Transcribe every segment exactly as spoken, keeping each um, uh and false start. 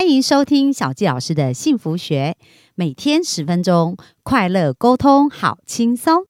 欢迎收听小纪老师的幸福学，每天十分钟，快乐沟通，好轻松。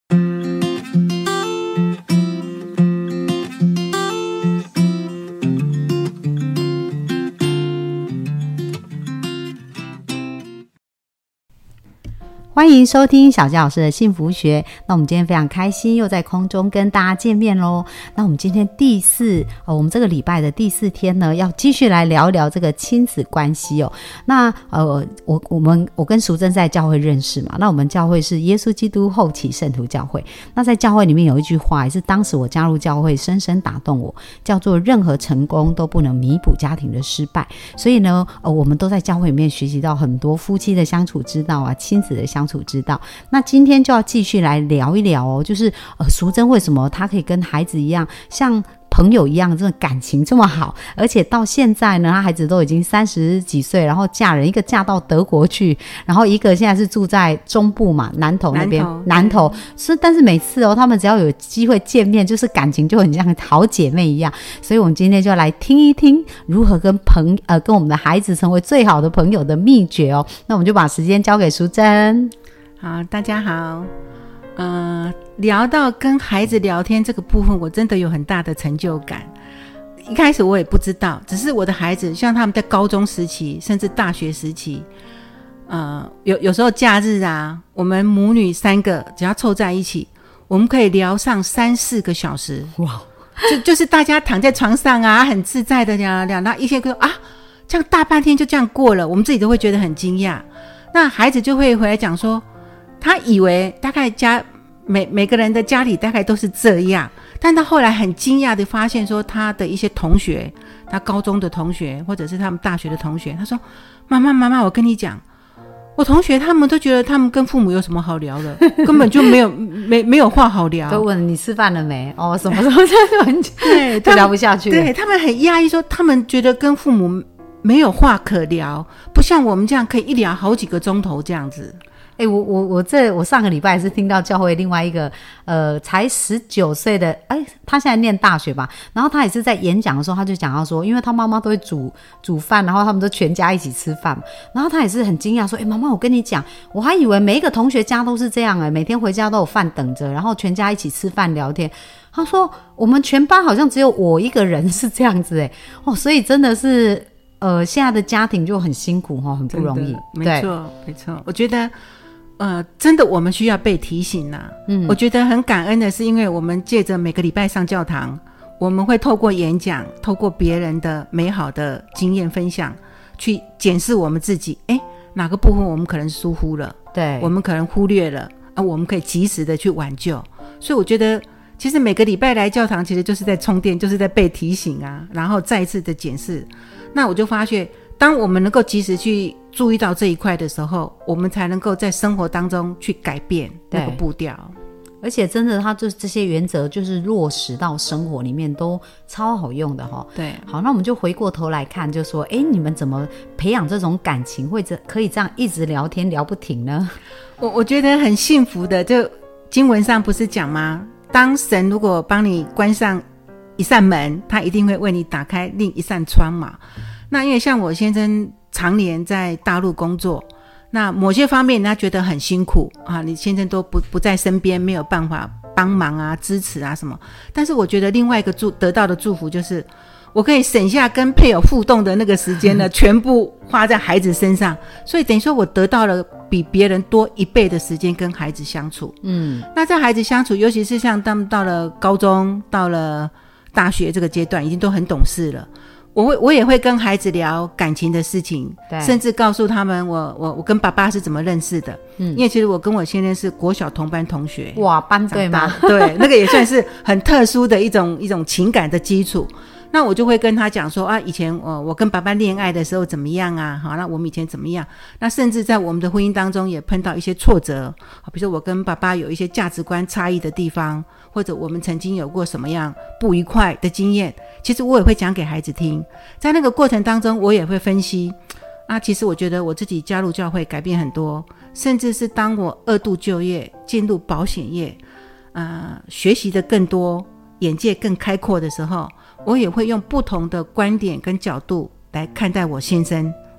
欢迎收听小纪老师的幸福学。那我们今天非常开心又在空中跟大家见面咯。那我们今天第四、呃、我们这个礼拜的第四天呢，要继续来聊一聊这个亲子关系哦。那呃，我我们我跟淑珍在教会认识嘛，那我们教会是耶稣基督后期圣徒教会。那在教会里面有一句话，也是当时我加入教会深深打动我，叫做任何成功都不能弥补家庭的失败。所以呢，呃，我们都在教会里面学习到很多夫妻的相处之道啊，亲子的相处之道。那今天就要继续来聊一聊哦，就是呃，淑珍为什么她可以跟孩子一样，像朋友一样，这种感情这么好，而且到现在呢，她孩子都已经三十几岁，然后嫁人，一个嫁到德国去，然后一个现在是住在中部嘛，南投那边，南投是，但是每次哦，他们只要有机会见面，就是感情就很像好姐妹一样。所以我们今天就来听一听如何跟朋呃跟我们的孩子成为最好的朋友的秘诀哦。那我们就把时间交给淑珍。 好，大家好。呃，聊到跟孩子聊天这个部分，我真的有很大的成就感。一开始我也不知道，只是我的孩子像他们在高中时期甚至大学时期，呃，有有时候假日啊，我们母女三个只要凑在一起，我们可以聊上三四个小时。哇！就就是大家躺在床上啊，很自在的聊聊，然后一些个啊，这样大半天就这样过了，我们自己都会觉得很惊讶。那孩子就会回来讲说，他以为大概家每每个人的家里大概都是这样，但他后来很惊讶的发现说，他的一些同学，他高中的同学或者是他们大学的同学，他说妈妈妈妈我跟你讲，我同学他们都觉得他们跟父母有什么好聊的，根本就没有没没有话好聊， 都问你吃饭了没，哦什么时候才很对，就聊不下去了。 对，他们很讶异说，他们觉得跟父母没有话可聊，不像我们这样可以一聊好几个钟头这样子。 欸、我我我这我上个礼拜是听到教会另外一个呃才十九岁的，哎，他现在念大学吧，然后他也是在演讲的时候，他就讲到说，因为他妈妈都会煮煮饭，然后他们都全家一起吃饭，然后他也是很惊讶说，哎、欸，妈妈，我跟你讲，我还以为每一个同学家都是这样哎、欸，每天回家都有饭等着，然后全家一起吃饭聊天。他说我们全班好像只有我一个人是这样子哎、欸，哦，所以真的是呃现在的家庭就很辛苦哈，很不容易。 没错没错，我觉得。呃，真的我们需要被提醒啊。嗯，我觉得很感恩的是，因为我们借着每个礼拜上教堂，我们会透过演讲，透过别人的美好的经验分享，去检视我们自己，诶，哪个部分我们可能疏忽了， 对， 我们可能忽略了，啊，我们可以及时的去挽救。所以我觉得其实每个礼拜来教堂其实就是在充电，就是在被提醒啊，然后再一次的检视。那我就发现，当我们能够及时去注意到这一块的时候，我们才能够在生活当中去改变那个步调。 而且真的他就是这些原则就是落实到生活里面都超好用的齁。 对， 好，那我们就回过头来看，就说哎，你们怎么培养这种感情，会可以这样一直聊天聊不停呢？ 我我觉得很幸福的，就经文上不是讲吗，当神如果帮你关上一扇门，他一定会为你打开另一扇窗嘛。那因为像我先生常年在大陆工作，那某些方面他觉得很辛苦啊，你先生都不不在身边，没有办法帮忙啊、支持啊什么。但是我觉得另外一个祝得到的祝福就是，我可以省下跟配偶互动的那个时间呢，全部花在孩子身上，所以等于说我得到了比别人多一倍的时间跟孩子相处。嗯，那在孩子相处，尤其是像他们到了高中、到了大学这个阶段，已经都很懂事了。我会我也会跟孩子聊感情的事情，甚至告诉他们我我我跟爸爸是怎么认识的。嗯，因为其实我跟我先生是国小同班同学。 哇，班对吗？ 对，那个也算是很特殊的一种一种情感的基础。那我就会跟他讲说啊，以前我我跟爸爸恋爱的时候怎么样啊？好，那我们以前怎么样？那甚至在我们的婚姻当中也碰到一些挫折，比如说我跟爸爸有一些价值观差异的地方，或者我们曾经有过什么样不愉快的经验，其实我也会讲给孩子听。在那个过程当中，我也会分析啊，其实我觉得我自己加入教会改变很多，甚至是当我二度就业进入保险业，呃，学习的更多，眼界更开阔的时候，我也会用不同的观点跟角度来看待我先生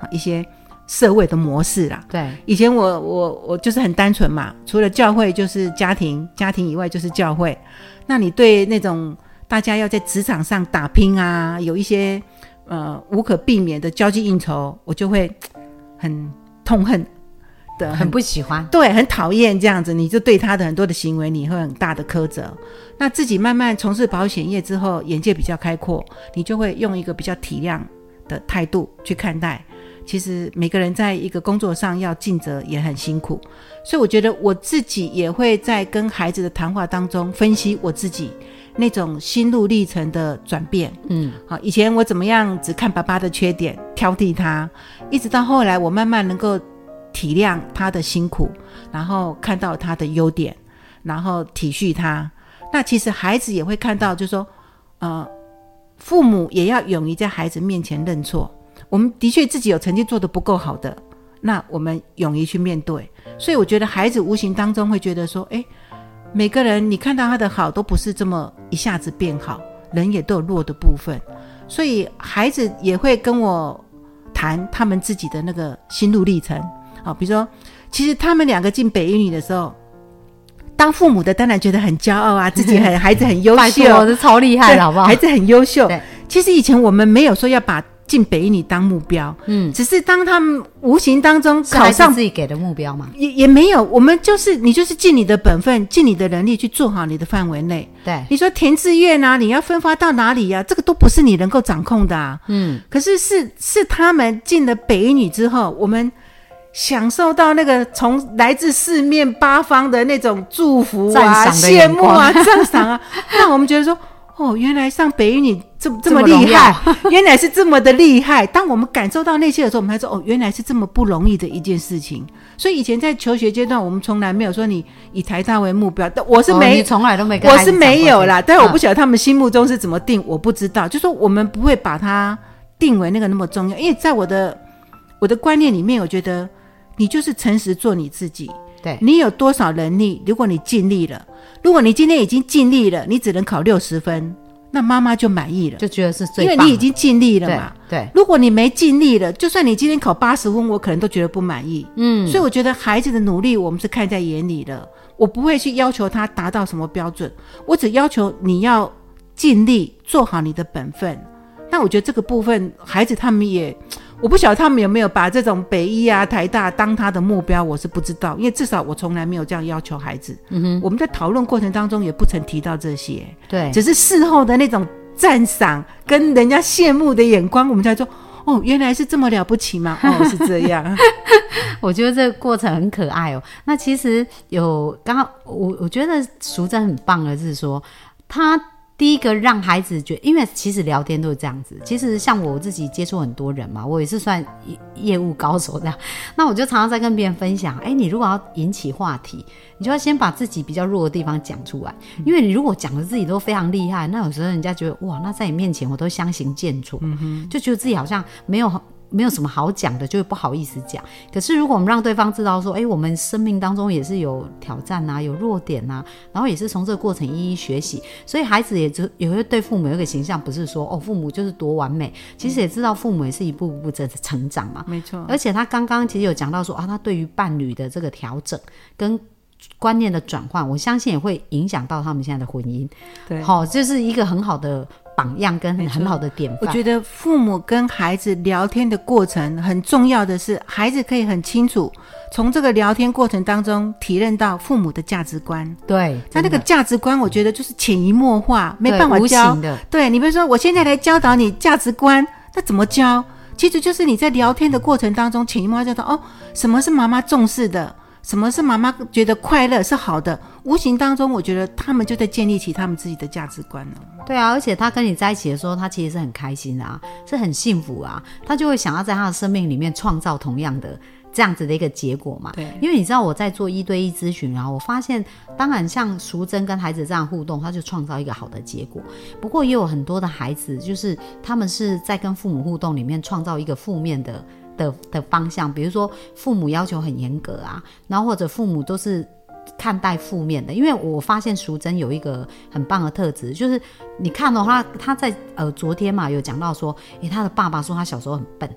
一些社会的模式啦。 对， 以前我我我就是很单纯嘛，除了教会就是家庭，家庭以外就是教会。那你对那种大家要在职场上打拼啊，有一些呃无可避免的交际应酬，我就会很痛恨的， 很不喜欢， 对，很讨厌这样子，你就对他的很多的行为你会很大的苛责。那自己慢慢从事保险业之后，眼界比较开阔，你就会用一个比较体谅的态度去看待。其实每个人在一个工作上要尽责也很辛苦，所以我觉得我自己也会在跟孩子的谈话当中分析我自己那种心路历程的转变。嗯，好，以前我怎么样只看爸爸的缺点，挑剔他，一直到后来我慢慢能够体谅他的辛苦，然后看到他的优点，然后体恤他。那其实孩子也会看到，就是说呃，父母也要勇于在孩子面前认错。我们的确自己有曾经做得不够好的，那我们勇于去面对。所以我觉得孩子无形当中会觉得说，诶，每个人你看到他的好都不是这么一下子变好，人也都有弱的部分。所以孩子也会跟我谈他们自己的那个心路历程。好，比如说其实他们两个进北一女的时候，当父母的当然觉得很骄傲啊，自己很孩子很优秀， 拜托，这超厉害的好不好？ 孩子很优秀。其实以前我们没有说要把进北一女当目标，嗯，只是当他们无形当中考上， 是自己给的目标吗？ 也也没有，我们就是你就是尽你的本分，尽你的能力去做好你的范围内。 对， 你说填志愿啊，你要分发到哪里啊，这个都不是你能够掌控的啊。嗯，可是是是他们进了北一女之后，我们享受到那个从来自四面八方的那种祝福啊、羡慕啊、赞赏啊，让我们觉得说，哦，原来上北一女这么这么厉害，原来是这么的厉害。当我们感受到那些的时候，我们才说，哦，原来是这么不容易的一件事情。所以以前在求学阶段，我们从来没有说你以台大为目标，我是没， 哦、你从来都没跟孩子讲过这个， 我是没有啦。但是我不晓得他们心目中是怎么定，我不知道。就说我们不会把它定为那个那么重要，因为在我的我的观念里面，我觉得你就是诚实做你自己。 对， 你有多少能力，如果你尽力了，如果你今天已经尽力了，你只能考六十分，那妈妈就满意了， 就觉得是最棒的， 因为你已经尽力了嘛。 对，对， 如果你没尽力了，就算你今天考八十分，我可能都觉得不满意。嗯，所以我觉得孩子的努力我们是看在眼里的，我不会去要求他达到什么标准，我只要求你要尽力做好你的本分。那我觉得这个部分孩子他们也，我不晓得他们有没有把这种北医啊台大当他的目标，我是不知道，因为至少我从来没有这样要求孩子。嗯哼，我们在讨论过程当中也不曾提到这些， 对， 只是事后的那种赞赏跟人家羡慕的眼光，我们才说，哦，原来是这么了不起吗？哦，是这样。 我觉得这个过程很可爱哦。那其实有刚刚我我觉得淑珍很棒的是说，他第一个让孩子觉得，因为其实聊天都是这样子，其实像我自己接触很多人嘛，我也是算业务高手这样，那我就常常在跟别人分享，哎，你如果要引起话题，你就要先把自己比较弱的地方讲出来，因为你如果讲的自己都非常厉害，那有时候人家觉得哇，那在你面前我都相形见绌，嗯哼，就觉得自己好像没有没有什么好讲的，就会不好意思讲。可是如果我们让对方知道说，哎，我们生命当中也是有挑战啊，有弱点啊，然后也是从这个过程一一学习，所以孩子也就也会对父母有一个形象，不是说哦父母就是多完美，其实也知道父母也是一步步的成长嘛。 没错。 而且他刚刚其实有讲到说啊，他对于伴侣的这个调整跟观念的转换，我相信也会影响到他们现在的婚姻。 对， 好、哦，这是一个很好的榜样跟很好的典范。 我觉得父母跟孩子聊天的过程很重要的是，孩子可以很清楚从这个聊天过程当中体认到父母的价值观。 对， 那那个价值观我觉得就是潜移默化，没办法教。 的对，你比如说我现在来教导你价值观，那怎么教？其实就是你在聊天的过程当中潜移默化教导，哦，什么是妈妈重视的，什么是妈妈觉得快乐是好的，无形当中我觉得他们就在建立起他们自己的价值观了。 对啊，而且他跟你在一起的时候，他其实是很开心啊，是很幸福啊，他就会想要在他的生命里面创造同样的这样子的一个结果嘛。 对， 因为你知道我在做一对一咨询啊，我发现当然像淑珍跟孩子这样互动，他就创造一个好的结果。不过也有很多的孩子，就是他们是在跟父母互动里面创造一个负面的的的方向，比如说父母要求很严格啊，然后或者父母都是看待负面的。因为我发现淑珍有一个很棒的特质，就是你看哦，他他在呃昨天嘛有讲到说，诶，他的爸爸说他小时候很笨。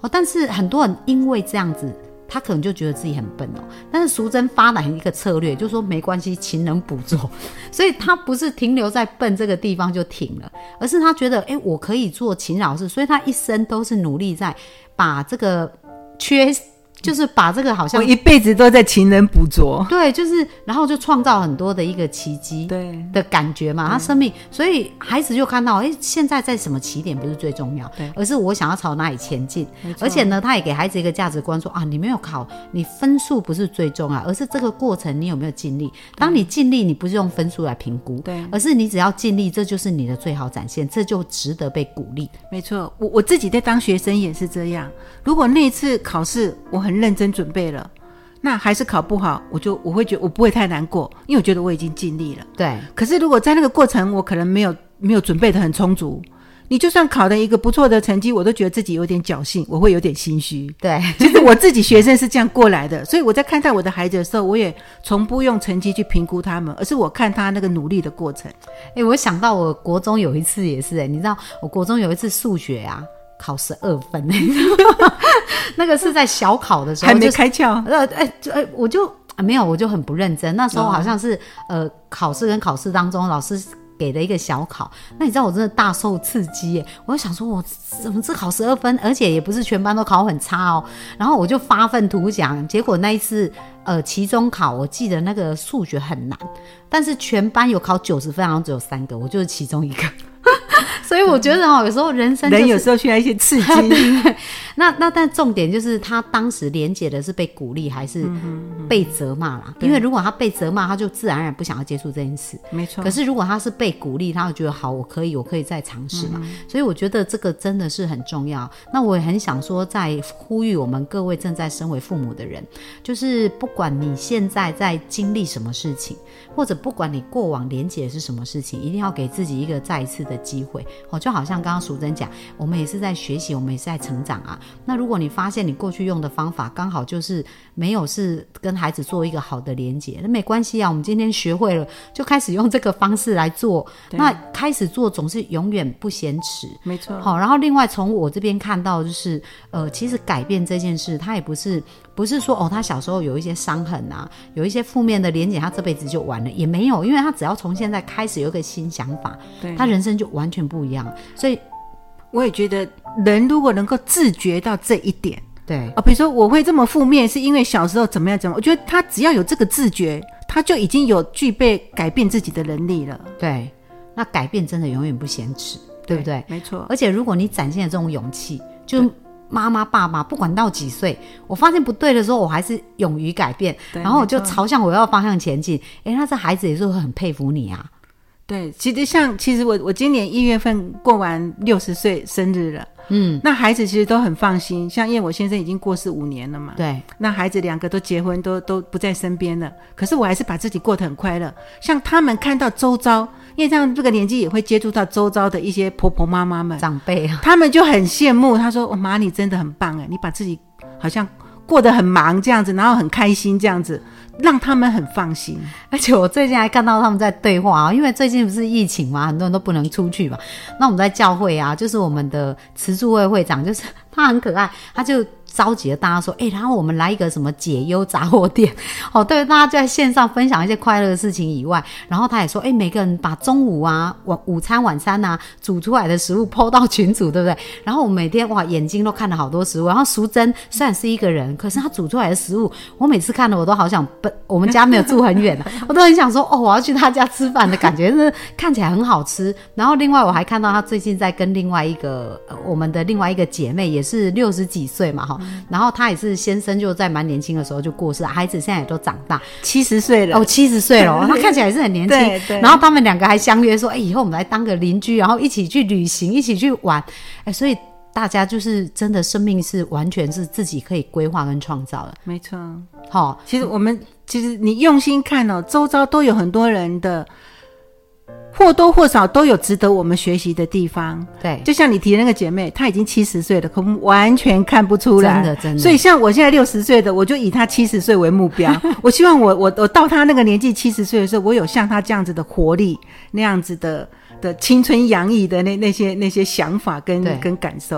哦，但是很多人因为这样子，他可能就觉得自己很笨哦。但是淑珍发展一个策略，就是说没关系，勤能补拙，所以他不是停留在笨这个地方就停了，而是他觉得，哎，我可以做勤劳事，所以他一生都是努力在把这个缺。就是把这个好像我一辈子都在勤能补拙， 对，就是然后就创造很多的一个奇迹的感觉嘛，他生命，所以孩子就看到，哎，现在在什么起点不是最重要，而是我想要朝哪里前进。而且呢，他也给孩子一个价值观说啊，你没有考，你分数不是最重要，而是这个过程你有没有尽力。当你尽力，你不是用分数来评估，对，而是你只要尽力，这就是你的最好展现，这就值得被鼓励。 没错，我我自己在当学生也是这样。如果那一次考试我很认真准备了，那还是考不好，我就我会觉得我不会太难过，因为我觉得我已经尽力了。 对。 可是如果在那个过程我可能没有没有准备的很充足，你就算考的一个不错的成绩，我都觉得自己有点侥幸，我会有点心虚。 对， 其实我自己学生是这样过来的，所以我在看待我的孩子的时候，我也从不用成绩去评估他们，而是我看他那个努力的过程。 哎，我想到我国中有一次也是，哎，你知道我国中有一次数学啊考十二分，那个是在小考的时候， 还没开窍。 呃，哎，哎，我就、啊、没有，我就很不认真。那时候好像是、哦、呃，考试跟考试当中，老师给了一个小考，那你知道我真的大受刺激耶！我就想说，我怎么只考十二分，而且也不是全班都考很差哦。然后我就发愤图强，结果那一次呃期中考，我记得那个数学很难，但是全班有考九十分，好像只有三个，我就是其中一个。所以我觉得哦，有时候人生、就是、 人有时候需要一些刺激。 对，那那但重点就是他当时连结的是被鼓励还是被责骂啦、嗯、因为如果他被责骂，他就自然而然不想要接触这件事。 没错。 可是如果他是被鼓励，他会觉得好，我可以，我可以再尝试嘛、嗯。所以我觉得这个真的是很重要。那我也很想说，在呼吁我们各位正在身为父母的人，就是不管你现在在经历什么事情，或者不管你过往连结的是什么事情，一定要给自己一个再一次的机会。哦，就好像刚刚淑珍讲，我们也是在学习，我们也是在成长啊。那如果你发现你过去用的方法刚好就是没有是跟孩子做一个好的连结，那没关系啊，我们今天学会了，就开始用这个方式来做。那开始做总是永远不嫌迟， 没错。 好，然后另外从我这边看到就是，呃，其实改变这件事，它也不是不是说哦，他小时候有一些伤痕啊，有一些负面的连结，他这辈子就完了，也没有，因为他只要从现在开始有一个新想法，他人生就完全不一样。所以我也觉得人如果能够自觉到这一点， 对啊，比如说我会这么负面是因为小时候怎么样怎么样，我觉得他只要有这个自觉，他就已经有具备改变自己的能力了。 对，那改变真的永远不嫌迟，对不对？ 没错。 而且如果你展现了这种勇气，就妈妈爸爸不管到几岁，我发现不对的时候我还是勇于改变，然后我就朝向我要的方向前进，诶，那这孩子也是会很佩服你啊。 对，其实像其实我我今年一月份过完六十岁生日了，嗯，那孩子其实都很放心，像因为我先生已经过世五年了嘛， 对， 那孩子两个都结婚，都都不在身边了，可是我还是把自己过得很快乐。像他们看到周遭，因为像这个年纪也会接触到周遭的一些婆婆妈妈们长辈啊， 他们就很羡慕，他说：“哦，妈，你真的很棒哎，你把自己好像过得很忙这样子，然后很开心这样子。”让他们很放心。 而且我最近还看到他们在对话、哦、因为最近不是疫情嘛，很多人都不能出去嘛，那我们在教会啊，就是我们的慈助会会长，就是他很可爱，他就召集了大家说，哎、欸，然后我们来一个什么解忧杂货店，哦，对，大家就在线上分享一些快乐的事情以外，然后他也说，哎、欸，每个人把中午啊、晚午餐、晚餐啊煮出来的食物 po 到群组，对不对？然后我们每天哇眼睛都看了好多食物，然后淑珍虽然是一个人，可是她煮出来的食物，我每次看了我都好想奔，我们家没有住很远、啊，我都很想说，哦，我要去他家吃饭的感觉，真的看起来很好吃。然后另外我还看到他最近在跟另外一个、呃、我们的另外一个姐妹，也是六十几岁嘛哈。然后他也是先生就在蛮年轻的时候就过世，孩子现在也都长大， 七十岁了哦， 七十岁了，他看起来也是很年轻。 对对。 然后他们两个还相约说，哎，以后我们来当个邻居，然后一起去旅行，一起去玩。哎，所以大家就是真的生命是完全是自己可以规划跟创造的。 没错。 好、哦， 其实我们其实你用心看哦，周遭都有很多人的。或多或少都有值得我们学习的地方。 对， 就像你提的那个姐妹，她已经七十岁了，可我们完全看不出来， 真的真的。 所以像我现在六十岁的，我就以她七十岁为目标。我希望我我我到她那个年纪七十岁的时候，我有像她这样子的活力，那样子的的青春洋溢的那那些那些想法跟跟感受。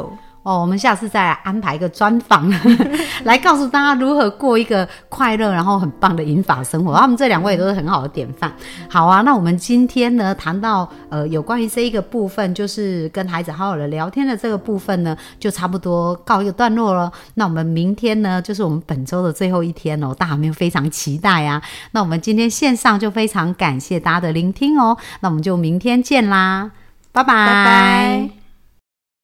哦，我们下次再来安排一个专访来告诉大家如何过一个快乐然后很棒的银发生活。他们这两位也都是很好的典范。好啊，那我们今天呢谈到呃有关于这一个部分，就是跟孩子好好的聊天的这个部分呢，就差不多告一个段落了。那我们明天呢，就是我们本周的最后一天哦，大家有没有非常期待啊？那我们今天线上就非常感谢大家的聆听哦，那我们就明天见啦，拜拜。 拜拜。